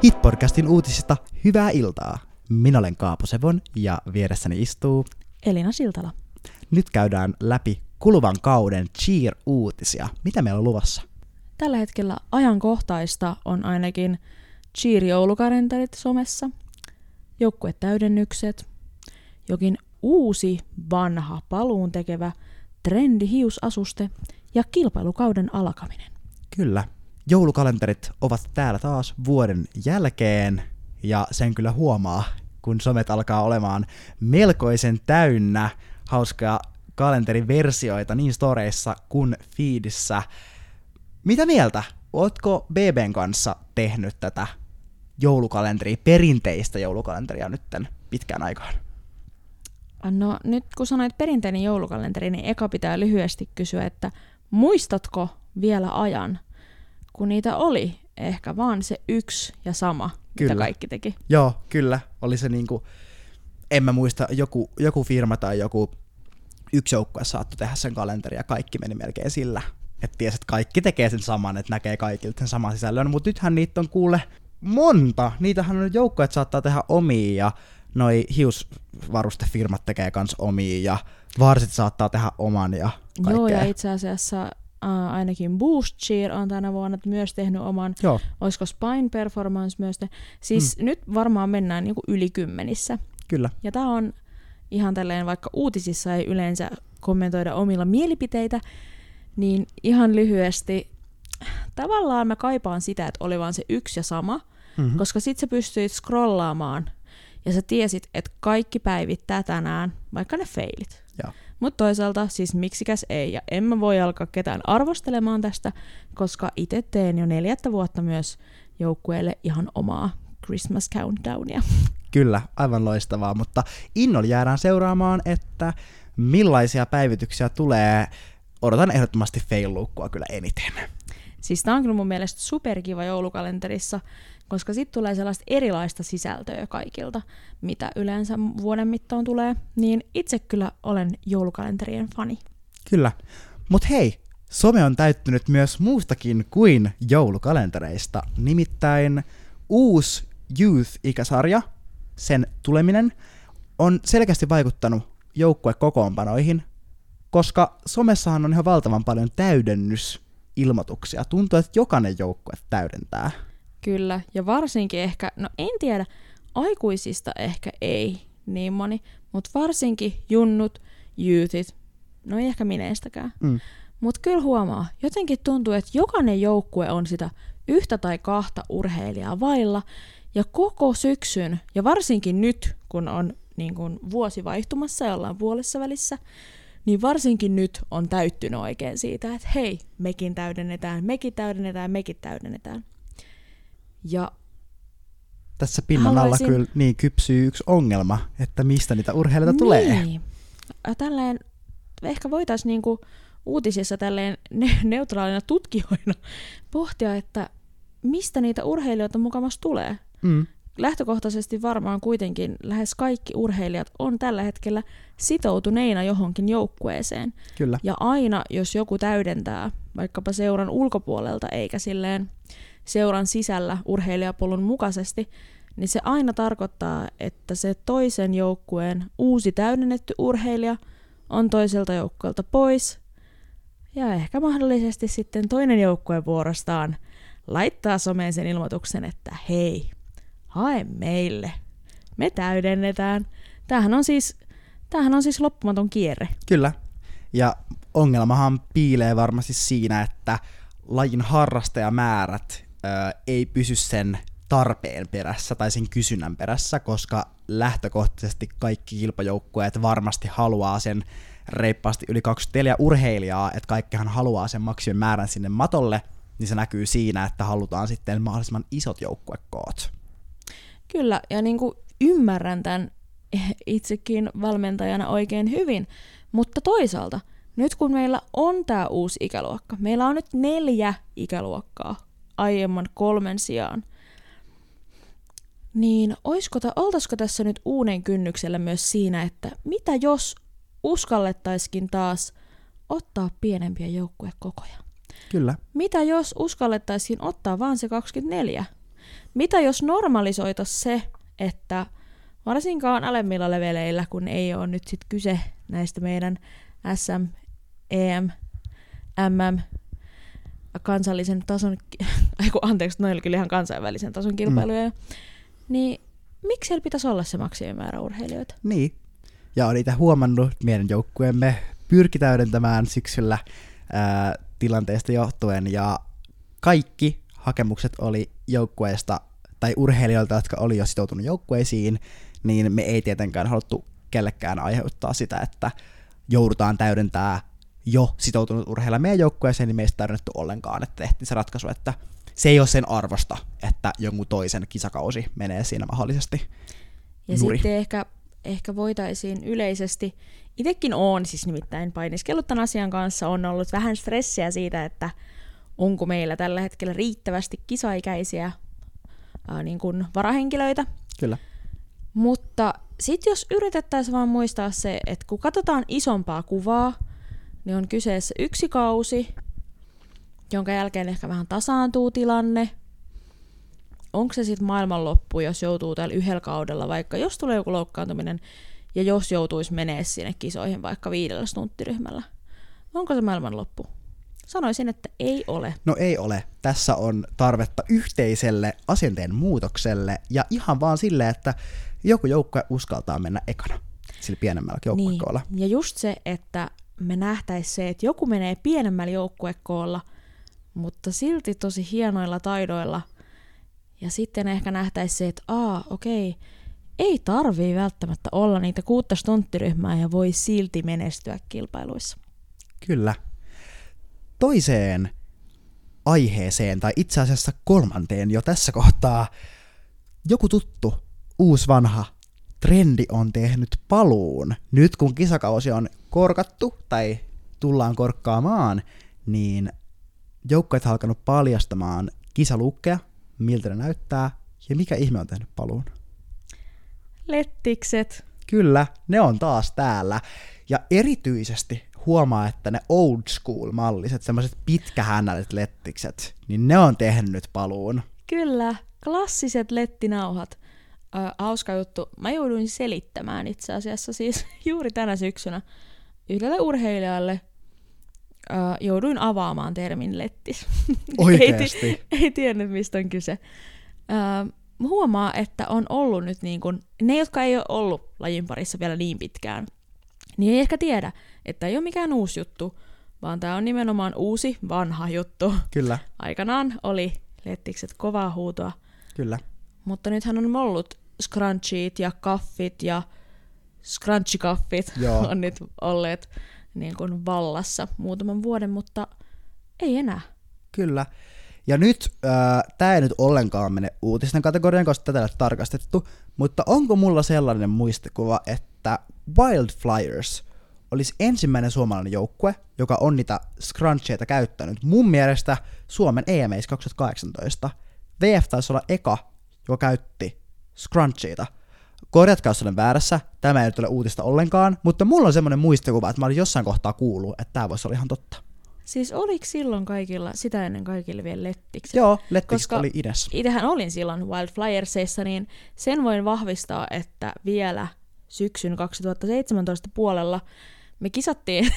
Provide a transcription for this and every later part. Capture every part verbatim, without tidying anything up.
Hit-podcastin uutisista hyvää iltaa. Minä olen Kaapo Sevon ja vieressäni istuu Elina Siltala. Nyt käydään läpi kuluvan kauden Cheer-uutisia. Mitä meillä on luvassa? Tällä hetkellä ajankohtaista on ainakin Cheer-joulukalenterit somessa, joukkuetäydennykset, jokin uusi vanha paluun tekevä trendi hiusasuste ja kilpailukauden alkaminen. Kyllä. Joulukalenterit ovat täällä taas vuoden jälkeen ja sen kyllä huomaa, kun somet alkaa olemaan melkoisen täynnä hauskaa kalenteriversioita niin storeissa kuin feedissä. Mitä mieltä? Ootko B B:n kanssa tehnyt tätä joulukalenteria, perinteistä joulukalenteria nytten pitkään aikaan? No nyt kun sanoit perinteinen joulukalenteri, niin eka pitää lyhyesti kysyä, että muistatko vielä ajan, kun niitä oli ehkä vaan se yksi ja sama, kyllä. Mitä kaikki teki? Joo, kyllä. Oli se niinku, en mä muista, joku, joku firma tai joku yksi joukkue saattoi tehdä sen kalenterin ja kaikki meni melkein sillä. Että ties, että kaikki tekee sen saman, että näkee kaikilta sen saman sisällön, mutta nythän niitä on kuule monta. Niitähän on joukkueet saattaa tehdä omia ja noi hiusvarustefirmat tekee kans omia ja varsit saattaa tehdä oman ja kaikkea. Joo, ja itse asiassa Uh, ainakin Boost Cheer on tänä vuonna myös tehnyt oman, Joo. Olisiko Spine Performance myös te- Siis mm. nyt varmaan mennään niinku yli kymmenissä. Kyllä. Ja tää on ihan tälleen, vaikka uutisissa ei yleensä kommentoida omilla mielipiteitä, niin ihan lyhyesti, tavallaan mä kaipaan sitä, että oli vaan se yksi ja sama, mm-hmm. koska sit sä pystyit scrollaamaan ja sä tiesit, että kaikki päivittää tänään, vaikka ne feilit. Joo. Mutta toisaalta siis miksikäs ei, ja en mä voi alkaa ketään arvostelemaan tästä, koska itse teen jo neljättä vuotta myös joukkueelle ihan omaa Christmas countdownia. Kyllä, aivan loistavaa, mutta innolla jäädään seuraamaan, että millaisia päivityksiä tulee. Odotan ehdottomasti fail-luukkua kyllä eniten. Siis tää on kyllä mun mielestä superkiva joulukalenterissa, koska sit tulee sellaista erilaista sisältöä kaikilta, mitä yleensä vuoden mittaan tulee, niin itse kyllä olen joulukalenterien fani. Kyllä, mutta hei, some on täyttynyt myös muustakin kuin joulukalentereista, nimittäin uusi Youth-ikäsarja, sen tuleminen, on selkeästi vaikuttanut joukkuekokoonpanoihin, koska somessahan on ihan valtavan paljon täydennysilmoituksia. Tuntuu, että jokainen joukkue täydentää. Kyllä, ja varsinkin ehkä, no en tiedä, aikuisista ehkä ei niin moni, mutta varsinkin junnut, youthit, no ei ehkä mineistäkään. Mm. Mutta kyllä huomaa, jotenkin tuntuu, että jokainen joukkue on sitä yhtä tai kahta urheilijaa vailla, ja koko syksyn, ja varsinkin nyt, kun on niin kun vuosi vaihtumassa ja ollaan puolessa välissä, niin varsinkin nyt on täyttynyt oikein siitä, että hei, mekin täydennetään, mekin täydennetään, mekin täydennetään. Ja tässä pinnan haluaisin... alla kyllä niin kypsyy yksi ongelma, että mistä niitä urheilijoita niin. tulee. Tälleen, ehkä voitaisiin niinku uutisissa tälleen ne- neutraalina tutkijoina pohtia, että mistä niitä urheilijoita mukamassa tulee. Mm. Lähtökohtaisesti varmaan kuitenkin lähes kaikki urheilijat on tällä hetkellä sitoutuneina johonkin joukkueeseen. Kyllä. Ja aina, jos joku täydentää vaikkapa seuran ulkopuolelta eikä silleen seuran sisällä urheilijapolun mukaisesti, niin se aina tarkoittaa, että se toisen joukkueen uusi täydennetty urheilija on toiselta joukkueelta pois, ja ehkä mahdollisesti sitten toinen joukkue vuorostaan laittaa someen sen ilmoituksen, että hei, hae meille, me täydennetään. Tämähän on siis, tämähän on siis loppumaton kierre. Kyllä, ja ongelmahan piilee varmasti siinä, että lajin harrastajamäärät ei pysy sen tarpeen perässä tai sen kysynnän perässä, koska lähtökohtaisesti kaikki kilpajoukkueet varmasti haluaa sen reippaasti yli kaksikymmentäneljä urheilijaa, että kaikkihan haluaa sen maksimin määrän sinne matolle, niin se näkyy siinä, että halutaan sitten mahdollisimman isot joukkuekoot. Kyllä, ja niin kuin ymmärrän tämän itsekin valmentajana oikein hyvin, mutta toisaalta nyt kun meillä on tämä uusi ikäluokka, meillä on nyt neljä ikäluokkaa aiemman kolmen sijaan, niin oisko ta, oltaisiko tässä nyt uuden kynnyksellä myös siinä, että mitä jos uskallettaisikin taas ottaa pienempiä joukkuekokoja? Kyllä. Mitä jos uskallettaisiin ottaa vaan se kaksikymmentäneljä? mitä jos normalisoitaisiin se, että varsinkaan alemmilla leveleillä, kun ei ole nyt sit kyse näistä meidän S M, E M, M M, kansallisen tason, aiku, anteeksi, noilla kyllä ihan kansainvälisen tason kilpailuja, mm. niin miksi siellä pitäisi olla se maksimimäärä urheilijoita? Niin, ja on itse huomannut, meidän joukkueemme pyrki täydentämään syksyllä ää, tilanteesta johtuen, ja kaikki hakemukset oli joukkueesta tai urheilijoilta, jotka oli jo sitoutunut joukkueisiin, niin me ei tietenkään haluttu kellekään aiheuttaa sitä, että joudutaan täydentää jo sitoutunut urheilija meidän joukkueeseen, niin meistä ei täydennetty ollenkaan, että tehtiin se ratkaisu, että se ei ole sen arvosta, että jonkun toisen kisakausi menee siinä mahdollisesti ja nuri. Sitten ehkä, ehkä voitaisiin yleisesti, itsekin olen siis nimittäin painiskellut tämän asian kanssa, on ollut vähän stressiä siitä, että onko meillä tällä hetkellä riittävästi kisaikäisiä ää, niin kuin varahenkilöitä. Kyllä. Mutta sitten jos yritettäisiin vaan muistaa se, että kun katsotaan isompaa kuvaa, niin on kyseessä yksi kausi, jonka jälkeen ehkä vähän tasaantuu tilanne. Onko se sitten maailmanloppu, jos joutuu tällä yhdellä kaudella, vaikka jos tulee joku loukkaantuminen, ja jos joutuisi menee sinne kisoihin vaikka viidellä stunttiryhmällä? Onko se maailmanloppu? Sanoisin, että ei ole. No ei ole. Tässä on tarvetta yhteiselle asenteen muutokselle, ja ihan vaan sille, että joku joukkue uskaltaa mennä ekana sillä pienemmällä joukkuekoolla. Niin. Ja just se, että me nähtäisiin se, että joku menee pienemmällä joukkuekoolla, mutta silti tosi hienoilla taidoilla. Ja sitten ehkä nähtäisiin se, että aa, okei, ei tarvii välttämättä olla niitä kuutta stunttiryhmää ja voi silti menestyä kilpailuissa. Kyllä. Toiseen aiheeseen, tai itse asiassa kolmanteen jo tässä kohtaa, joku tuttu, uusi vanha trendi on tehnyt paluun. Nyt kun kisakausi on korkattu, tai tullaan korkkaamaan, niin joukkueet on alkanut paljastamaan kisalukkeja, miltä ne näyttää, ja mikä ihme on tehnyt paluun? Lettikset. Kyllä, ne on taas täällä. Ja erityisesti huomaa, että ne old school malliset, semmoiset pitkähännälliset lettikset, niin ne on tehnyt paluun. Kyllä, klassiset lettinauhat. Äh, hauska juttu. Mä jouduin selittämään itse asiassa siis juuri tänä syksynä yhdelle urheilijalle. Äh, jouduin avaamaan termin lettis. Oikeesti? ei, ei tiennyt, mistä on kyse. Äh, huomaa, että on ollut nyt niin kuin, ne, jotka ei ole ollut lajin parissa vielä niin pitkään, niin ei ehkä tiedä, että ei ole mikään uusi juttu, vaan tämä on nimenomaan uusi, vanha juttu. Kyllä. Aikanaan oli lettikset kovaa huutoa. Kyllä. Mutta nythän on ollut scrunchiet ja kaffit ja scrunchikaffit on nyt olleet niin kuin vallassa muutaman vuoden, mutta ei enää. Kyllä. Ja nyt äh, tämä ei nyt ollenkaan mene uutisten kategoriaan, koska tätä ei ole tarkastettu, mutta onko mulla sellainen muistikuva, että Wild Flyers olisi ensimmäinen suomalainen joukkue, joka on niitä scrunchieita käyttänyt. Mun mielestä Suomen E M A:ssa kaksituhattakahdeksantoista V F taisi olla eka, joka käytti scrunchieita. Korjatkaa, jos olen väärässä, tämä ei nyt ole uutista ollenkaan, mutta mulla on semmoinen muistikuva, että mä olin jossain kohtaa kuullut, että tämä voisi olla ihan totta. Siis oliko silloin kaikilla, sitä ennen kaikille vielä lettikset? Joo, lettikset oli idäs. Itsehän olin silloin Wild Flyersissa, niin sen voin vahvistaa, että vielä syksyn kaksituhattaseitsemäntoista puolella me kisattiin.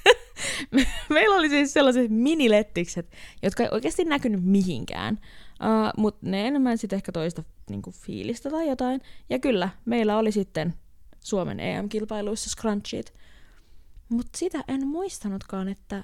Meillä oli siis sellaiset minilettikset, jotka ei oikeasti näkynyt mihinkään, uh, mutta ne enemmän sitten ehkä toista niinku fiilistä tai jotain. Ja kyllä, meillä oli sitten Suomen E M-kilpailuissa scrunchiet. Mutta sitä en muistanutkaan, että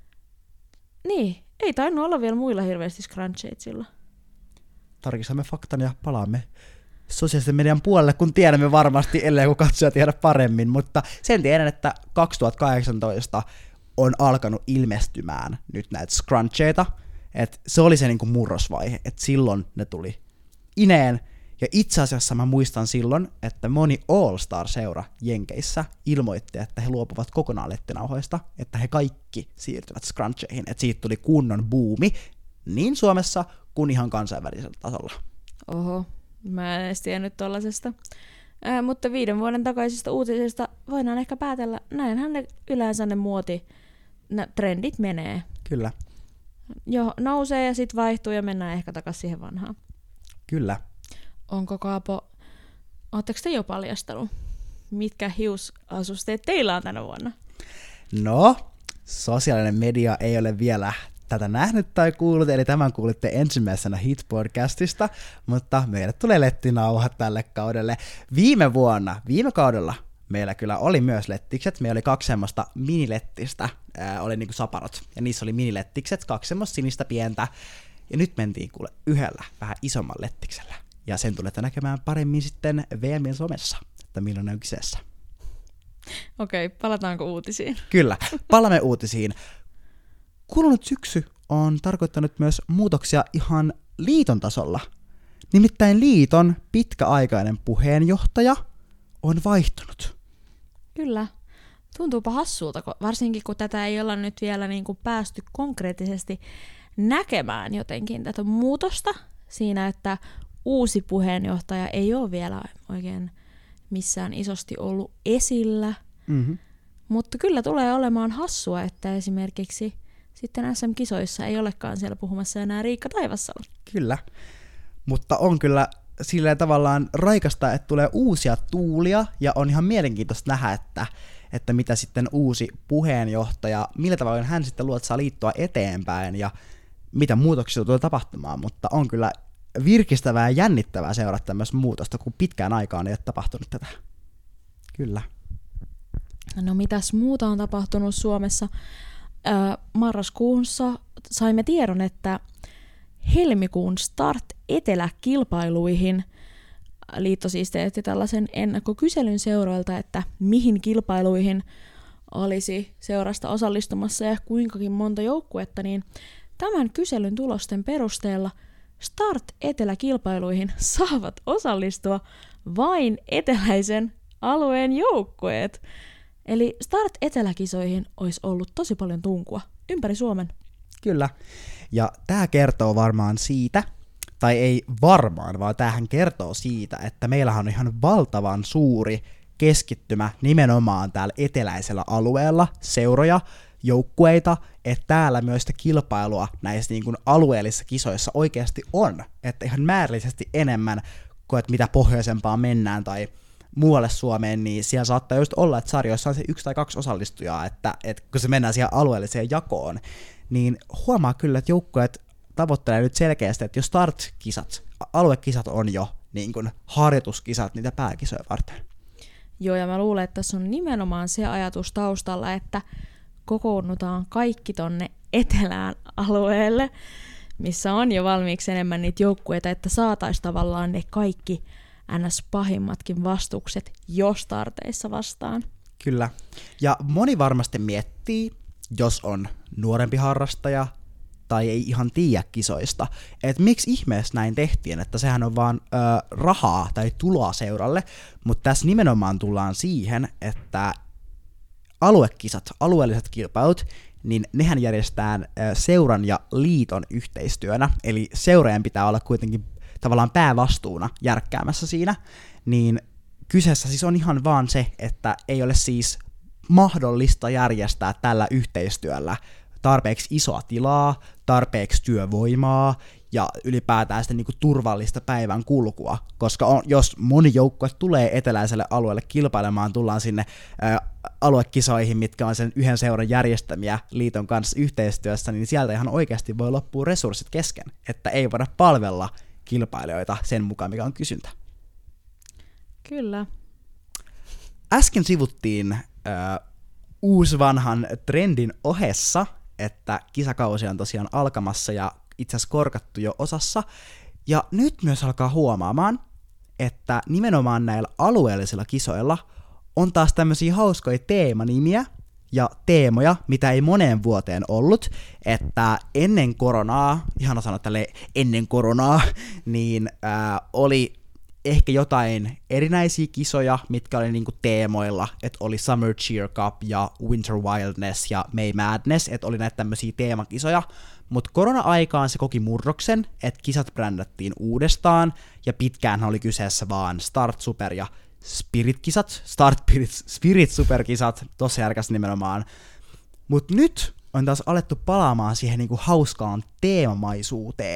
niin, ei tainnut olla vielä muilla hirveästi scrunchit silloin. Tarkistamme faktan ja palaamme sosiaalisen median puolelle, kun tiedämme varmasti, ellei joku katsoja tiedä paremmin, mutta sen tiedän, että kaksituhattakahdeksantoista on alkanut ilmestymään nyt näitä scruncheita, että se oli se niinku murrosvaihe, että silloin ne tuli ineen, ja itse asiassa mä muistan silloin, että moni All-Star-seura Jenkeissä ilmoitti, että he luopuvat kokonaan lettinauhoista, että he kaikki siirtyvät scruncheihin, että siitä tuli kunnon buumi niin Suomessa kuin ihan kansainvälisellä tasolla. Oho, mä en edes tiennyt tollasesta. Äh, mutta viiden vuoden takaisista uutisista voidaan ehkä päätellä, näinhän ne yleensä ne muoti, ne trendit menee. Kyllä. Jo, nousee ja sitten vaihtuu ja mennään ehkä takaisin siihen vanhaan. Kyllä. Onko Kaapo, ootteko te jo paljastanut, mitkä hiusasusteet teillä on tänä vuonna? No, sosiaalinen media ei ole vielä tätä nähnyt tai kuullut, eli tämän kuulitte ensimmäisenä Hit-podcastista, mutta meille tulee lettinauhat tälle kaudelle. Viime vuonna, viime kaudella, meillä kyllä oli myös lettikset, meillä oli kaksi semmoista minilettistä, ää, oli niinku saparot, ja niissä oli minilettikset, kaksi semmoista sinistä pientä, ja nyt mentiin kuule yhdellä vähän isomman lettiksellä, ja sen tulette näkemään paremmin sitten V M:n somessa, että millainen on kyseessä. Okei, palataanko uutisiin? Kyllä, palaamme uutisiin. Kulunut syksy on tarkoittanut myös muutoksia ihan liiton tasolla. Nimittäin liiton pitkäaikainen puheenjohtaja on vaihtunut. Kyllä. Tuntuupa hassulta, varsinkin kun tätä ei olla nyt vielä niin kuin päästy konkreettisesti näkemään jotenkin tätä muutosta siinä, että uusi puheenjohtaja ei ole vielä oikein missään isosti ollut esillä. Mm-hmm. Mutta kyllä tulee olemaan hassua, että esimerkiksi sitten S M-kisoissa ei olekaan siellä puhumassa enää Riikka Taivassalo. Kyllä, mutta on kyllä silleen tavallaan raikasta, että tulee uusia tuulia, ja on ihan mielenkiintoista nähdä, että, että mitä sitten uusi puheenjohtaja, millä tavalla hän sitten luotsaa liittoa eteenpäin, ja mitä muutoksia tulee tapahtumaan, mutta on kyllä virkistävää ja jännittävää seurata tämmöistä muutosta, kun pitkään aikaan ei ole tapahtunut tätä. Kyllä. No mitäs muuta on tapahtunut Suomessa? Öö, marraskuussa saimme tiedon, että helmikuun Start-Etelä-kilpailuihin liitto siis teetti tällaisen ennakkokyselyn seuroilta, että mihin kilpailuihin olisi seurasta osallistumassa ja kuinkakin monta joukkuetta, niin tämän kyselyn tulosten perusteella Start-Etelä-kilpailuihin saavat osallistua vain eteläisen alueen joukkueet. Eli Start-Etelä-kisoihin olisi ollut tosi paljon tunkua ympäri Suomen. Kyllä. Ja tämä kertoo varmaan siitä, tai ei varmaan, vaan tämähän kertoo siitä, että meillähän on ihan valtavan suuri keskittymä nimenomaan täällä eteläisellä alueella, seuroja, joukkueita, että täällä myös sitä kilpailua näissä niin kuin alueellisissa kisoissa oikeasti on. Että ihan määrällisesti enemmän kuin että mitä pohjoisempaan mennään tai muualle Suomeen, niin siellä saattaa just olla, että sarjoissa on se yksi tai kaksi osallistujaa, että, että kun se mennään siihen alueelliseen jakoon, niin huomaa kyllä, että joukkueet tavoittelee nyt selkeästi, että jos start-kisat, aluekisat on jo niin kuin harjoituskisat niitä pääkisoja varten. Joo, ja mä luulen, että tässä on nimenomaan se ajatus taustalla, että kokoonnutaan kaikki tonne etelään alueelle, missä on jo valmiiksi enemmän niitä joukkueita, että saataisiin tavallaan ne kaikki ns. Pahimmatkin vastukset jo starteissa vastaan. Kyllä. Ja moni varmasti miettii, jos on nuorempi harrastaja tai ei ihan tiedä kisoista, että miksi ihmeessä näin tehtiin, että sehän on vaan ö, rahaa tai tuloa seuralle, mutta tässä nimenomaan tullaan siihen, että aluekisat, alueelliset kilpailut, niin nehän järjestetään ö, seuran ja liiton yhteistyönä, eli seurojen pitää olla kuitenkin tavallaan päävastuuna järkkäämässä siinä, niin kyseessä siis on ihan vaan se, että ei ole siis mahdollista järjestää tällä yhteistyöllä tarpeeksi isoa tilaa, tarpeeksi työvoimaa ja ylipäätään sitten niinku turvallista päivän kulkua, koska on, jos moni joukkue tulee eteläiselle alueelle kilpailemaan, tullaan sinne ä, aluekisoihin, mitkä on sen yhden seuran järjestämiä liiton kanssa yhteistyössä, niin sieltä ihan oikeasti voi loppua resurssit kesken, että ei voida palvella kilpailijoita sen mukaan, mikä on kysyntä. Kyllä. Äsken sivuttiin äh, uusvanhan trendin ohessa, että kisakausi on tosiaan alkamassa ja itse asiassa korkattu jo osassa. Ja nyt myös alkaa huomaamaan, että nimenomaan näillä alueellisilla kisoilla on taas tämmöisiä hauskoja teemanimiä ja teemoja, mitä ei moneen vuoteen ollut, että ennen koronaa, ihana sanoa tälleen ennen koronaa, niin ää, oli ehkä jotain erinäisiä kisoja, mitkä oli niinku teemoilla, että oli Summer Cheer Cup ja Winter Wildness ja May Madness, että oli näitä tämmöisiä teemakisoja, mutta korona-aikaan se koki murroksen, että kisat brändättiin uudestaan, ja pitkään oli kyseessä vaan Start Super ja Spirit-kisat, Start Spirit, Spirit Super-kisat, tosi järkäs nimenomaan. Mutta nyt on taas alettu palaamaan siihen niinku hauskaan teemamaisuuteen.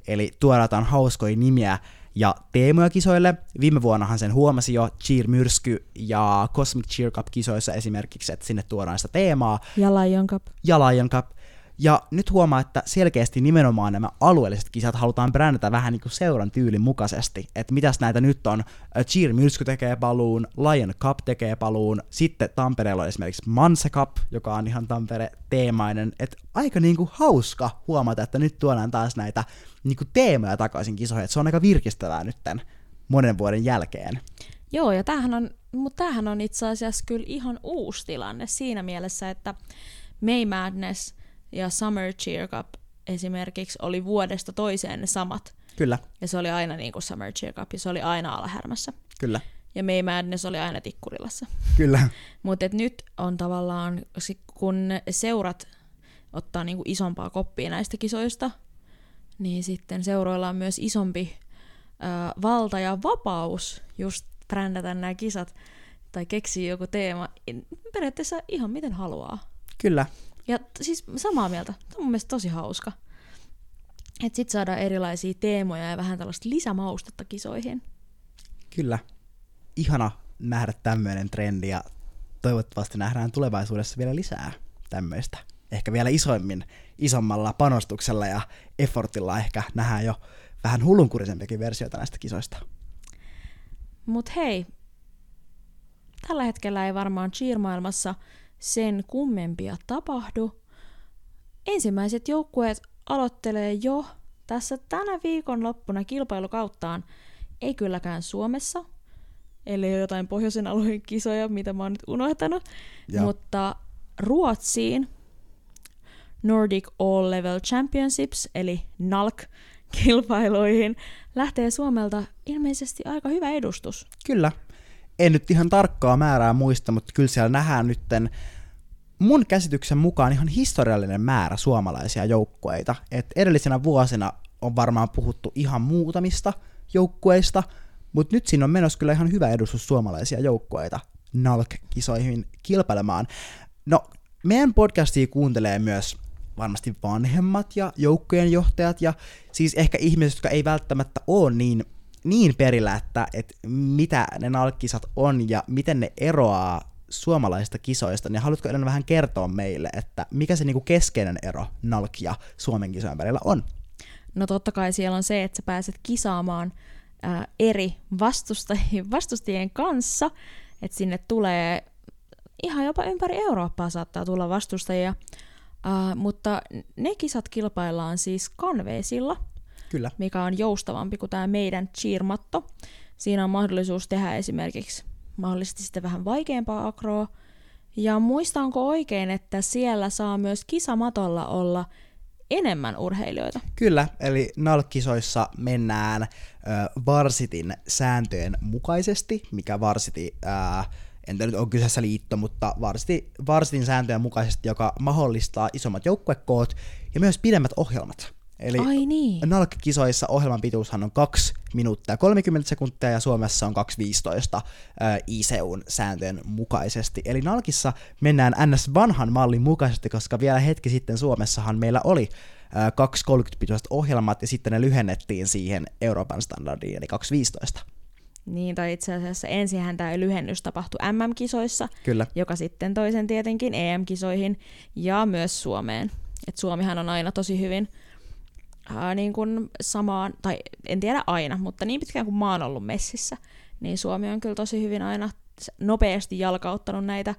eli tuodaan hauskoja nimiä ja teemoja kisoille. Viime vuonnahan sen huomasi jo Cheer-myrsky ja Cosmic Cheer Cup-kisoissa esimerkiksi, että sinne tuodaan sitä teemaa. Ja Lion Cup. Ja Lion Cup. Ja nyt huomaa, että selkeästi nimenomaan nämä alueelliset kisat halutaan brändätä vähän niin kuin seuran tyylin mukaisesti. Että mitäs näitä nyt on? Cheer-myrsky tekee paluun, Lion Cup tekee paluun, sitten Tampereella on esimerkiksi Manse Cup, joka on ihan Tampere-teemainen. Että aika niin kuin hauska huomata, että nyt tuodaan taas näitä niin kuin teemoja takaisin kisoihin. Et se on aika virkistävää nytten monen vuoden jälkeen. Joo, ja tämähän on, mutta tämähän on itse asiassa kyllä ihan uusi tilanne siinä mielessä, että May Madness ja Summer Cheer Cup esimerkiksi oli vuodesta toiseen ne samat. Kyllä. Ja se oli aina niin kuin Summer Cheer Cup, ja se oli aina Alahärmässä. Kyllä. Ja May Madness oli aina Tikkurilassa. Kyllä. Mutta nyt on tavallaan, kun seurat ottaa niin kuin isompaa koppia näistä kisoista, niin sitten seuroilla on myös isompi ää, valta ja vapaus just brändätä nämä kisat tai keksiä joku teema periaatteessa ihan miten haluaa. Kyllä. Ja siis samaa mieltä. Tämä on mun mielestä tosi hauska. Että sit saadaan erilaisia teemoja ja vähän tällaista lisämaustetta kisoihin. Kyllä. Ihana nähdä tämmöinen trendi ja toivottavasti nähdään tulevaisuudessa vielä lisää tämmöistä. Ehkä vielä isoimmin, isommalla panostuksella ja effortilla ehkä nähdään jo vähän hullunkurisempiakin versioita näistä kisoista. Mut hei, tällä hetkellä ei varmaan cheer-maailmassa sen kummempia tapahdu. Ensimmäiset joukkueet aloittelee jo tässä tänä viikonloppuna kilpailukauttaan, ei kylläkään Suomessa, eli jotain pohjoisen alueen kisoja, mitä mä oon nyt unohtanut, ja. Mutta Ruotsiin Nordic All Level Championships, eli N A L C-kilpailuihin, lähtee Suomelta ilmeisesti aika hyvä edustus. Kyllä. En nyt ihan tarkkaa määrää muista, mutta kyllä siellä nähdään nytten mun käsityksen mukaan ihan historiallinen määrä suomalaisia joukkueita. Et edellisenä vuosina on varmaan puhuttu ihan muutamista joukkueista, mutta nyt siinä on menossa kyllä ihan hyvä edustus suomalaisia joukkueita N A L C-kisoihin kilpailemaan. No, meidän podcastia kuuntelee myös varmasti vanhemmat ja joukkueen johtajat ja siis ehkä ihmiset, jotka ei välttämättä ole niin, niin perillä, että, että mitä ne N A L C-kisat on ja miten ne eroaa suomalaisista kisoista, niin haluatko edelleen vähän kertoa meille, että mikä se niinku keskeinen ero N A L C ja Suomen kisojen välillä on? No totta kai siellä on se, että sä pääset kisaamaan ää, eri vastustajien, vastustajien kanssa, että sinne tulee ihan jopa ympäri Eurooppaa saattaa tulla vastustajia, ää, mutta ne kisat kilpaillaan siis kanveesilla, Kyllä. mikä on joustavampi kuin tämä meidän cheer-matto. Siinä on mahdollisuus tehdä esimerkiksi mahdollisesti sitten vähän vaikeampaa akroa. Ja muistanko oikein, että siellä saa myös kisamatolla olla enemmän urheilijoita? Kyllä, eli N A L C-kisoissa mennään ö, Varsitin sääntöjen mukaisesti, mikä Varsiti, ää, entä nyt on kyseessä liitto, mutta Varsiti, Varsitin sääntöjen mukaisesti, joka mahdollistaa isommat joukkuekoot ja myös pidemmät ohjelmat. Eli Ai niin. N A L C-kisoissa ohjelman pituushan on kaksi minuuttia kolmekymmentä sekuntia ja Suomessa on kaksi viisitoista I C U:n sääntöjen mukaisesti. Eli N A L Cissa mennään N S vanhan mallin mukaisesti, koska vielä hetki sitten Suomessahan meillä oli kaksi kolmekymmentä pituiset ohjelmat ja sitten ne lyhennettiin siihen Euroopan standardiin eli kaksi viisitoista. Niin, tai itse asiassa ensinhän tämä lyhennys tapahtui M M-kisoissa, Kyllä. joka sitten toisen tietenkin E M-kisoihin ja myös Suomeen. Et Suomihan on aina tosi hyvin Ää, niin kuin samaan, tai en tiedä aina, mutta niin pitkään kuin mä oon ollut messissä, niin Suomi on kyllä tosi hyvin aina nopeasti jalkauttanut näitä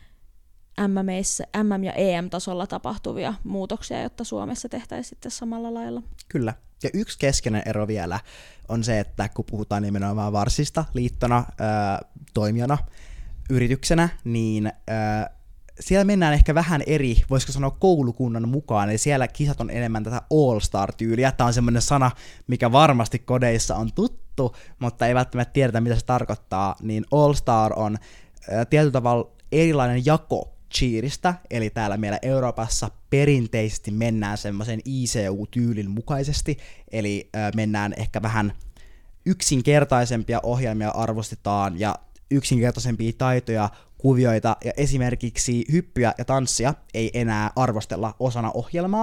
M M-meissä, M M- ja E M-tasolla tapahtuvia muutoksia, jotta Suomessa tehtäisiin sitten samalla lailla. Kyllä. Ja yksi keskeinen ero vielä on se, että kun puhutaan nimenomaan Varsista liittona, ää, toimijana, yrityksenä, niin ää, siellä mennään ehkä vähän eri, voisiko sanoa koulukunnan mukaan, eli siellä kisat on enemmän tätä all-star-tyyliä. Tämä on semmoinen sana, mikä varmasti kodeissa on tuttu, mutta ei välttämättä tiedetä, mitä se tarkoittaa, niin all-star on ä, tietyllä tavalla erilainen jako cheeristä, eli täällä meillä Euroopassa perinteisesti mennään semmoisen I C U-tyylin mukaisesti, eli ä, mennään ehkä vähän yksinkertaisempia ohjelmia arvostetaan, ja yksinkertaisempia taitoja, kuvioita, ja esimerkiksi hyppyä ja tanssia ei enää arvostella osana ohjelmaa,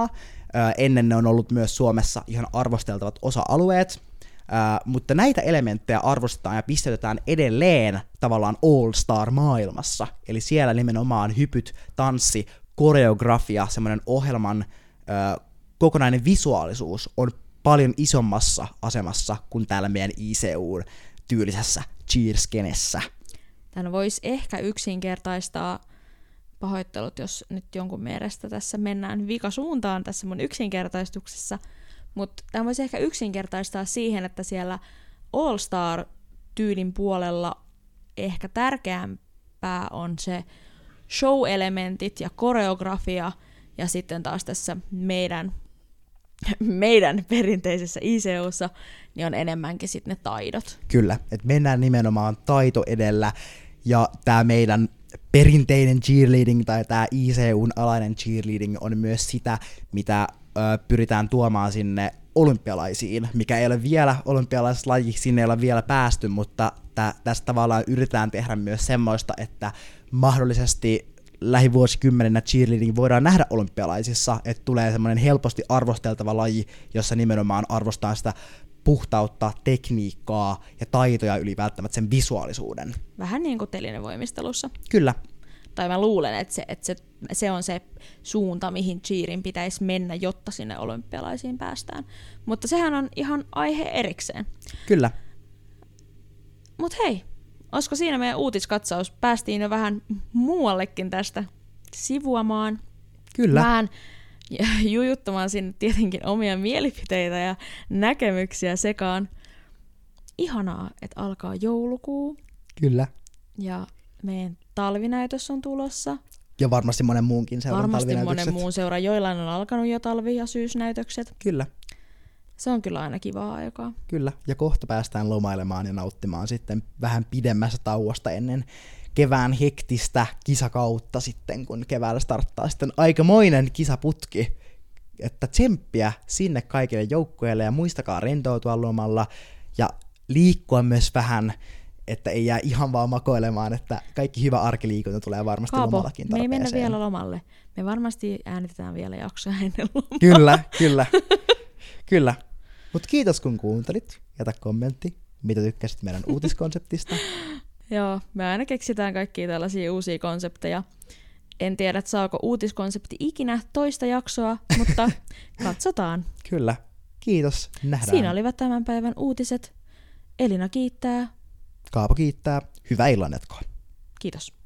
Ennen ne on ollut myös Suomessa ihan arvosteltavat osa-alueet, mutta näitä elementtejä arvostetaan ja pistetään edelleen tavallaan all-star-maailmassa. Eli siellä nimenomaan hypyt, tanssi, koreografia, semmoinen ohjelman kokonainen visuaalisuus on paljon isommassa asemassa kuin täällä meidän I C U-tyylisessä cheer-skenessä. Tämän voisi ehkä yksinkertaistaa, pahoittelut, jos nyt jonkun mielestä tässä mennään vikasuuntaan tässä mun yksinkertaistuksessa, mutta tämä voisi ehkä yksinkertaistaa siihen, että siellä All-Star-tyylin puolella ehkä tärkeämpää on se show-elementit ja koreografia, ja sitten taas tässä meidän, meidän perinteisessä I C U:ssa niin on enemmänkin sitten ne taidot. Kyllä, että mennään nimenomaan taito edellä, ja tämä meidän perinteinen cheerleading tai tämä I C U:n alainen cheerleading on myös sitä, mitä ö, pyritään tuomaan sinne olympialaisiin, mikä ei ole vielä olympialaislaji, sinne ei ole vielä päästy, mutta tä, tästä tavallaan yritetään tehdä myös semmoista, että mahdollisesti lähivuosikymmeninä cheerleading voidaan nähdä olympialaisissa, että tulee semmoinen helposti arvosteltava laji, jossa nimenomaan arvostaa sitä puhtautta, tekniikkaa ja taitoja yli välttämättä sen visuaalisuuden. Vähän niin kuin telinevoimistelussa. Kyllä. Tai mä luulen, että se, että se, se on se suunta, mihin cheerin pitäisi mennä, jotta sinne olympialaisiin päästään. Mutta sehän on ihan aihe erikseen. Kyllä. Mut hei, olisiko siinä meidän uutiskatsaus? Päästiin jo vähän muuallekin tästä sivuamaan. Kyllä. Vähän jujuttamaan sinne tietenkin omia mielipiteitä ja näkemyksiä sekaan. Ihanaa, että alkaa joulukuu. Kyllä. Ja meidän talvinäytös on tulossa. Ja varmasti monen muunkin seuran Varmasti talvinäytökset. monen muun seura, joillain on alkanut jo talvi- ja syysnäytökset. Kyllä. Se on kyllä aina kivaa aikaa. Kyllä, ja kohta päästään lomailemaan ja nauttimaan sitten vähän pidemmästä tauosta ennen kevään hektistä kisakautta sitten, kun keväällä starttaa sitten aikamoinen kisaputki. Että tsemppiä sinne kaikille joukkueille ja muistakaa rentoutua lomalla ja liikkua myös vähän, että ei jää ihan vaan makoilemaan, että kaikki hyvä arkiliikunta tulee varmasti Kaapo, lomallakin tarpeeseen. Me ei mennä vielä lomalle. Me varmasti äänitetään vielä jaksoja ennen lomaa. Kyllä, kyllä. Kyllä. Mutta kiitos kun kuuntelit. Jätä kommentti, mitä tykkäsit meidän uutiskonseptista. Joo, me aina keksitään kaikkia tällaisia uusia konsepteja. En tiedä, että saako uutiskonsepti ikinä toista jaksoa, mutta katsotaan. Kyllä. Kiitos. Nähdään. Siinä olivat tämän päivän uutiset. Elina kiittää. Kaapo kiittää. Hyvää illanjatkoa. Kiitos.